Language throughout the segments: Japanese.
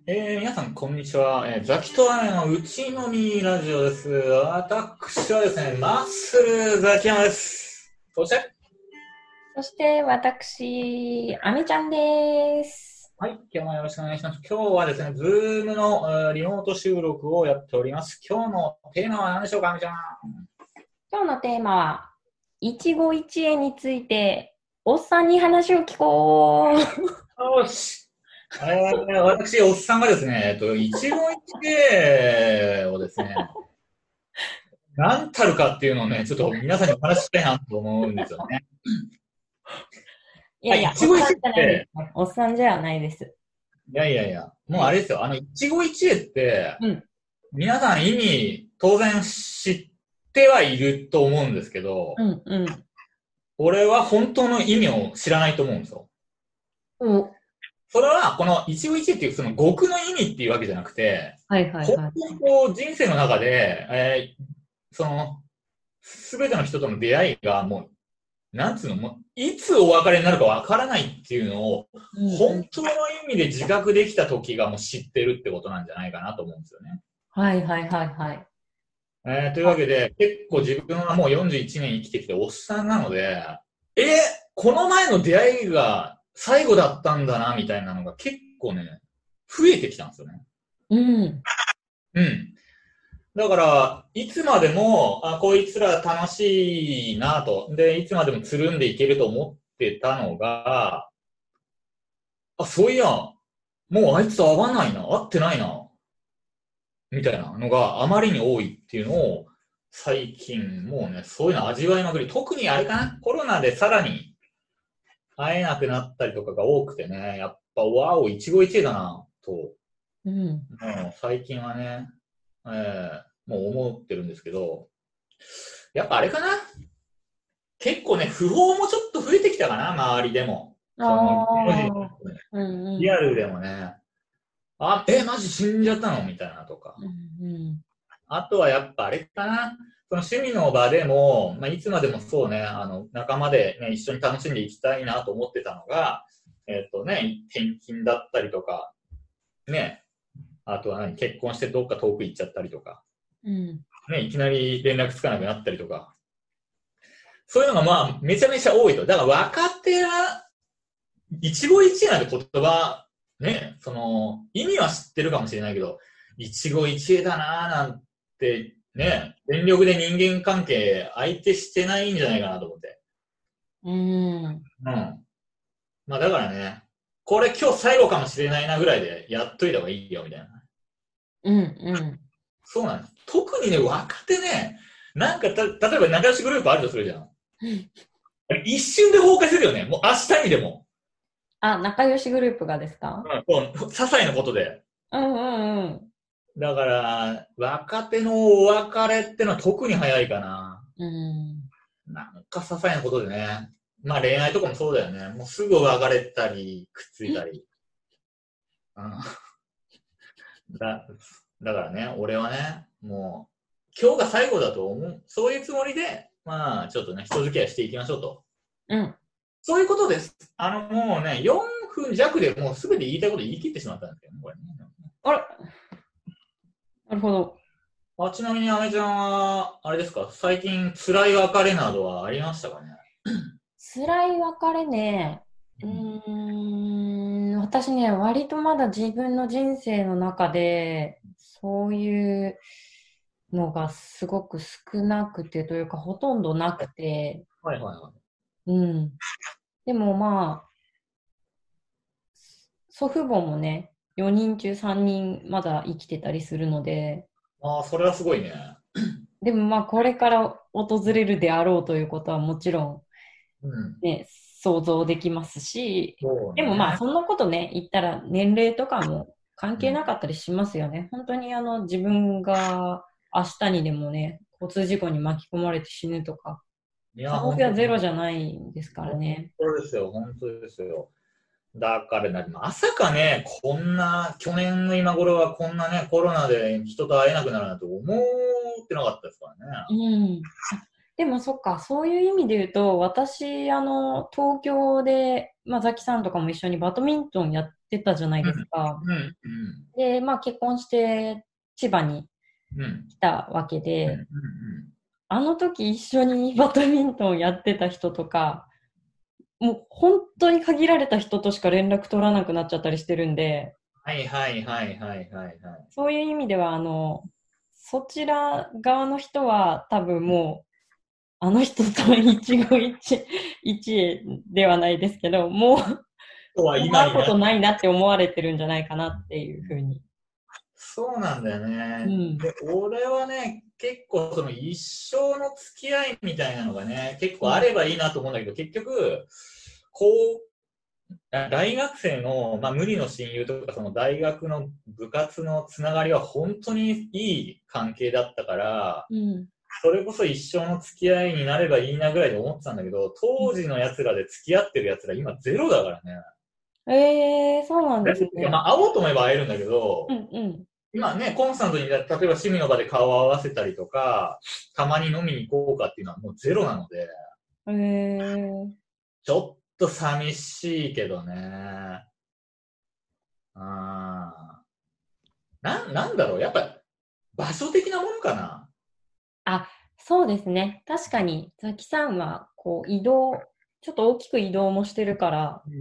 皆さん、こんにちは。ザキとアメのうち飲みラジオです。私はですね、マッスルザキヤマです。 そして私、アメちゃんです。 はい、今日もよろしくお願いします。今日はですね、ズームのリモート収録をやっております。今日のテーマは何でしょうか、アメちゃん。 今日のテーマは、一期一会について、おっさんに話を聞こう。 よし。私、おっさんがですね、一期一会をですね、何たるかっていうのをね、ちょっと皆さんにお話ししたいなと思うんですよね。はい、 いやいや、 一期一会っおっさんじゃないですて、 ね。おっさんじゃないです。 いやいやいや、もうはい。 あれですよ。一期一会って、 うん、 皆さん意味、当然知ってはいると思うんですけど、 うん、うん。 俺は本当の意味を知らないと思うんですよ。 お、 それは、この一期一会っていうその語の意味っていうわけじゃなくて、 はいはい本はい。 当にこう人生の中で、その、すべての人との出会いがもう、なんつうの、もう、いつお別れになるかわからないっていうのを、 うん、うん。 本当の意味で自覚できた時がもう知ってるってことなんじゃないかなと思うんですよね。 はいはいはいはい。 というわけで、結構自分はもう41年生きてきておっさんなので、えーこの前の出会いが最後だったんだな、みたいなのが結構ね、増えてきたんですよね。 うん、 うん。だから、いつまでも、こいつら楽しいなと。で、いつまでもつるんでいけると思ってたのが、そういや、もうあいつと会わないな、会ってないな、みたいなのがあまりに多いっていうのを、最近もうね、そういうの味わいまくり。特にあれかな、コロナでさらに会えなくなったりとかが多くてね、やっぱワオ、一期一会だな、と、 うん。 もう最近はね、もう思ってるんですけど、やっぱあれかな、結構ね、不法もちょっと増えてきたかな、周りでも。 あその、芸能人あ、うん、うん。 リアルでもね、マジ死んじゃったのみたいなとか。 うん、うん。 あとはやっぱあれかな。その趣味の場でも、いつまでもそうね、仲間でね、一緒に楽しんでいきたいなと思ってたのが、転勤だったりとか、ね、あとは結婚してどっか遠く行っちゃったりとか、 うん。 ね、いきなり連絡つかなくなったりとか、そういうのがめちゃめちゃ多いと。だから若手は、一期一会なんて言葉、ね、その、意味は知ってるかもしれないけど、一期一会だなーなんて、ね、全力で人間関係相手してないんじゃないかなと思って。 うん。 うん。だからね、これ今日最後かもしれないなぐらいでやっといた方がいいよ、みたいな。 うん、うん。 そうなんです。特にね、若手ね、なんか例えば仲良しグループあるとするじゃん。一瞬で崩壊するよね。もう明日にでも。 あ、仲良しグループがですか？ 些細なことで。 うんうんうん。 だから、若手のお別れってのは特に早いかな。 うん。 なんか些細なことでね。恋愛とかもそうだよね。もうすぐ別れたり、くっついたり。うん、だ、だからね、俺はね、もう、今日が最後だと思う。そういうつもりで、ちょっとね、人付き合いしていきましょうと。 うん。 そういうことです。もうね、4分弱でもうすべて言いたいこと言い切ってしまったんですけどね、これね。 あれ、なるほど。 ちなみに、あめちゃんは、あれですか、最近辛い別れなどはありましたかね？ 辛い別れね。 うん。 私ね、割とまだ自分の人生の中で、そういうのがすごく少なくてというか、ほとんどなくて、 はいはいはい。 うん。でもまあ、祖父母もね、4人中3人まだ生きてたりするので、 それはすごいね。 でもまあ、これから訪れるであろうということはもちろうん。 んね、想像できますし、 そうでもまあ、 ね。 そんなことね、言ったら年齢とかも関係うん。 なかったりしますよね。本当に自分が明日にでもね、交通事故に巻き込まれて死ぬとか、 いや、 可能本当に、 性はゼロじゃないんですから本ね。 当ですよ、本当ですよ。だからね、まさかね、こんな、去年の今頃はこんなね、コロナで人と会えなくなるなんて思ってなかったですからね。 うん。でもそっか、そういう意味で言うと、私、東京で、まあ、ザキさんとかも一緒にバドミントンやってたじゃないうん。 ですか。 うん。うん。 で、まあ結婚して千葉にうん。 来たわけうん。 で、 うん。 あの時一緒にバドミントンやってた人とか、もう本当に限られた人としか連絡取らなくなっちゃったりしてるんで、 はいはいはいはいはいはい。 そういう意味では、そちら側の人は多分もう、あの人と一期一会ではないですけど、もとはう会うこと今になって。 ないなって思われてるんじゃないかなっていうふうに。 そうなんだよね。 うん。 で、俺はね、結構その一生の付き合いみたいなのがね、結構あうん。 ればいいなと思うんだけど、結局、こ大学生の、まあ、無理の親友とか、その大学の部活のつながりは本当にいい関係だったから、 うん。 それこそ一生の付き合いになればいいなぐらいで思ってたんだけど、当時の奴らで付き合ってる奴ら今ゼロだからね。 そうなんですね。 まあ、会おうと思えば会えるんだけど、 うんうん。 今ね、コンスタントに、例えば趣味の場で顔を合わせたりとか、たまに飲みに行こうかっていうのはもうゼロなので、 えー、 ちょっと寂しいけどね。あなんだろう、やっぱ場所的なものかな。 あ、そうですね。確かに、ザキさんは、こう、移動、ちょっと大きく移動もしてるから、 うん。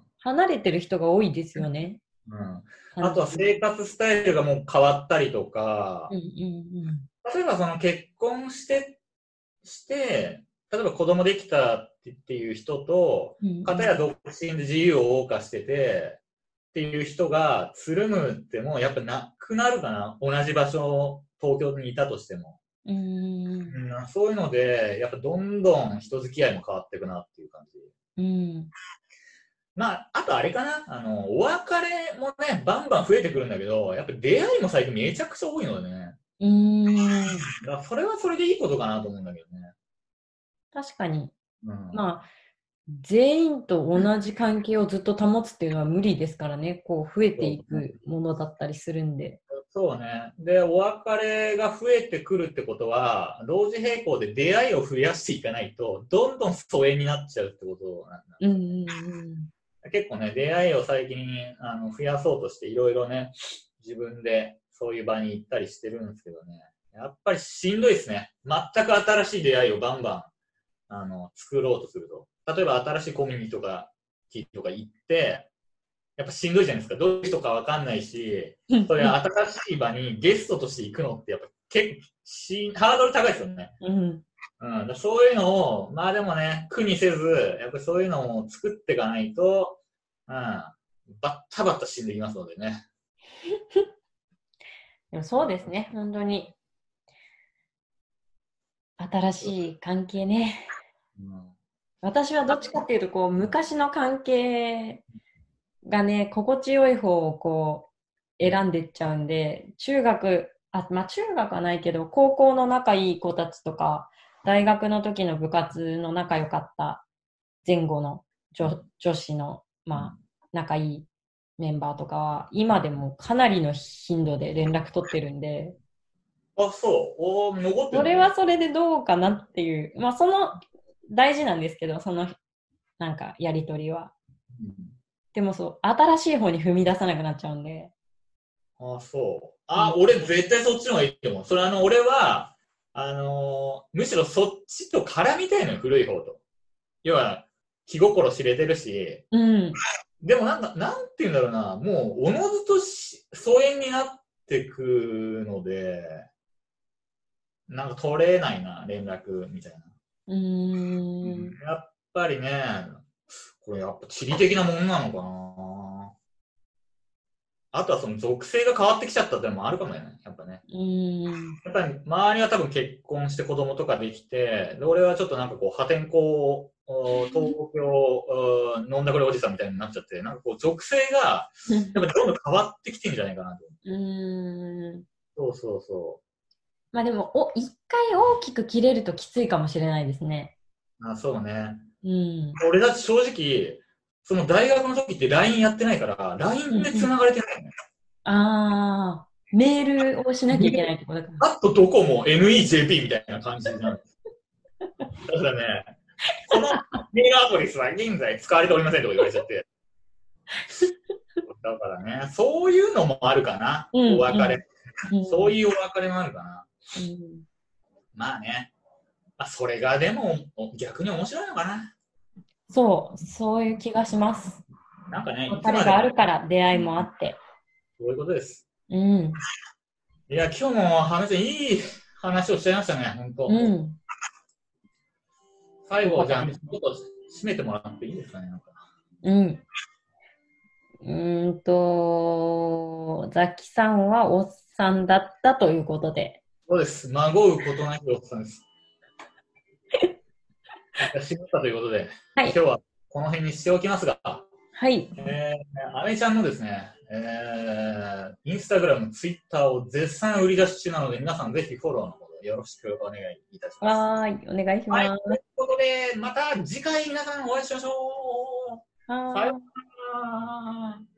離れてる人が多いですよね。 うん。あとは感じる。 生活スタイルがもう変わったりとか、 うんうん例えばその結婚して、例えば子供できたっていう人と、 うん。うんうん。 片や独身で自由を謳歌してて、っていう人がつるむってもうやっぱなくなるかな。同じ場所、東京にいたとしても。 うーん。 うん、そういうので、やっぱどんどん人付き合いも変わっていくなっていう感じ。 うん。 まあ、あとあれかな。お別れもね、バンバン増えてくるんだけど、やっぱ出会いも最近めちゃくちゃ多いのでね。 うーん。 だからそれはそれでいいことかなと思うんだけどね。 確かに。 うん。 まあ、全員と同じ関係をずっと保つっていうのは無理ですからね。こう、増えていそうね。 くものだったりするんで。 そうね。で、お別れが増えてくるってことは、同時並行で出会いを増やしていかないと、どんどん疎遠になっちゃうってことなんだ。 うんうん結構ね、出会いを最近増やそうとしていろいろね、自分でそういう場に行ったりしてるんですけどね。やっぱりしんどいですね。全く新しい出会いをバンバン作ろうとすると。例えば新しいコミュニティとか行って、やっぱしんどいじゃないですか。どういう人かわかんないし、 うん。 そういう新しい場にゲストとして行くのってやっぱハードル高いですよね。 うん。 うん、そういうのを、まあでもね、苦にせず、やっぱりそういうのを作っていかないと、うん、バッタバッタ死んでいきますのでね。 でもそうですね。本当に。新しい関係ね。 うん、 私はどっちかっていうと、こう、昔の関係がね、心地よい方をこう、選んでっちゃうんで、まあ中学はないけど、高校の仲いい子たちとか、大学の時の部活の仲良かった前後の女子の、まあ、仲いいメンバーとかは、今でもかなりの頻度で連絡取ってるんで、 あ、そう。残ってそんのね。 れはそれでどうかなっていう、まあ、大事なんですけど、なんか、やりとりは。でもそう、新しい方に踏み出さなくなっちゃうんで。 あ、そう。 うん。 俺絶対そっちの方がいいと思う。それ俺は、むしろそっちと絡みたいのよ、古い方と。要は、気心知れてるし、 うん。 でもなんて言うんだろうな、もう、おのずと疎遠になってくので、なんか取れないな、連絡みたいな。 うーん。 やっぱりね、これやっぱ地理的なもんなのかな。あとはその属性が変わってきちゃったってのもあるかもね、やっぱね。 うーん。 やっぱり周りは多分結婚して子供とかできて、で俺はちょっとなんかこう破天荒、東京飲んだくれおじさんみたいになっちゃって、なんかこう属性がやっぱどんどん変わってきてんじゃないかなと。 うーん。 そうそうそまあでも、一回大きく切れるときついかもしれないですね。 う。そうね。 うん。 俺だって正直、その大学の時って LINE やってないから、 うん LINE でうん。 繋がれてないね。 ああ、メールをしなきゃいけないってことか。 あとどこも NEJP みたいな感じなんです。だからね、このメールアドレスは現在使われておりませんとか言われちゃって。 だからね、そういうのもあるかな。 うんお別れ。 うんそういうお別れもあるかな。 うんまあね。まあ、それがでも逆に面白いのかな。 そういう気がします。 なんかね、いつ別れがあまでもるから出会いもあって。 そういうことです。 うん。 いや、今日も話いい話をしちゃいましたね、本当。 うん。 最後、じゃあ、ちよかったです。 ょっと締めてもらっていいですかね、なんか。 うん。ザキさんはおっさんだったということで。 そうです。まごうことなきおっさんです。締まったということで、 はい。 今日はこの辺にしておきますが、 はい。 アメちゃんのですね、インスタグラム、ツイッターを絶賛売り出し中なので、皆さんぜひフォローのほどよろしくお願いいたします。 はーい。お願いしはい、 ます。 ということで、また次回皆さんお会いしましょう。さようはーい。 なら。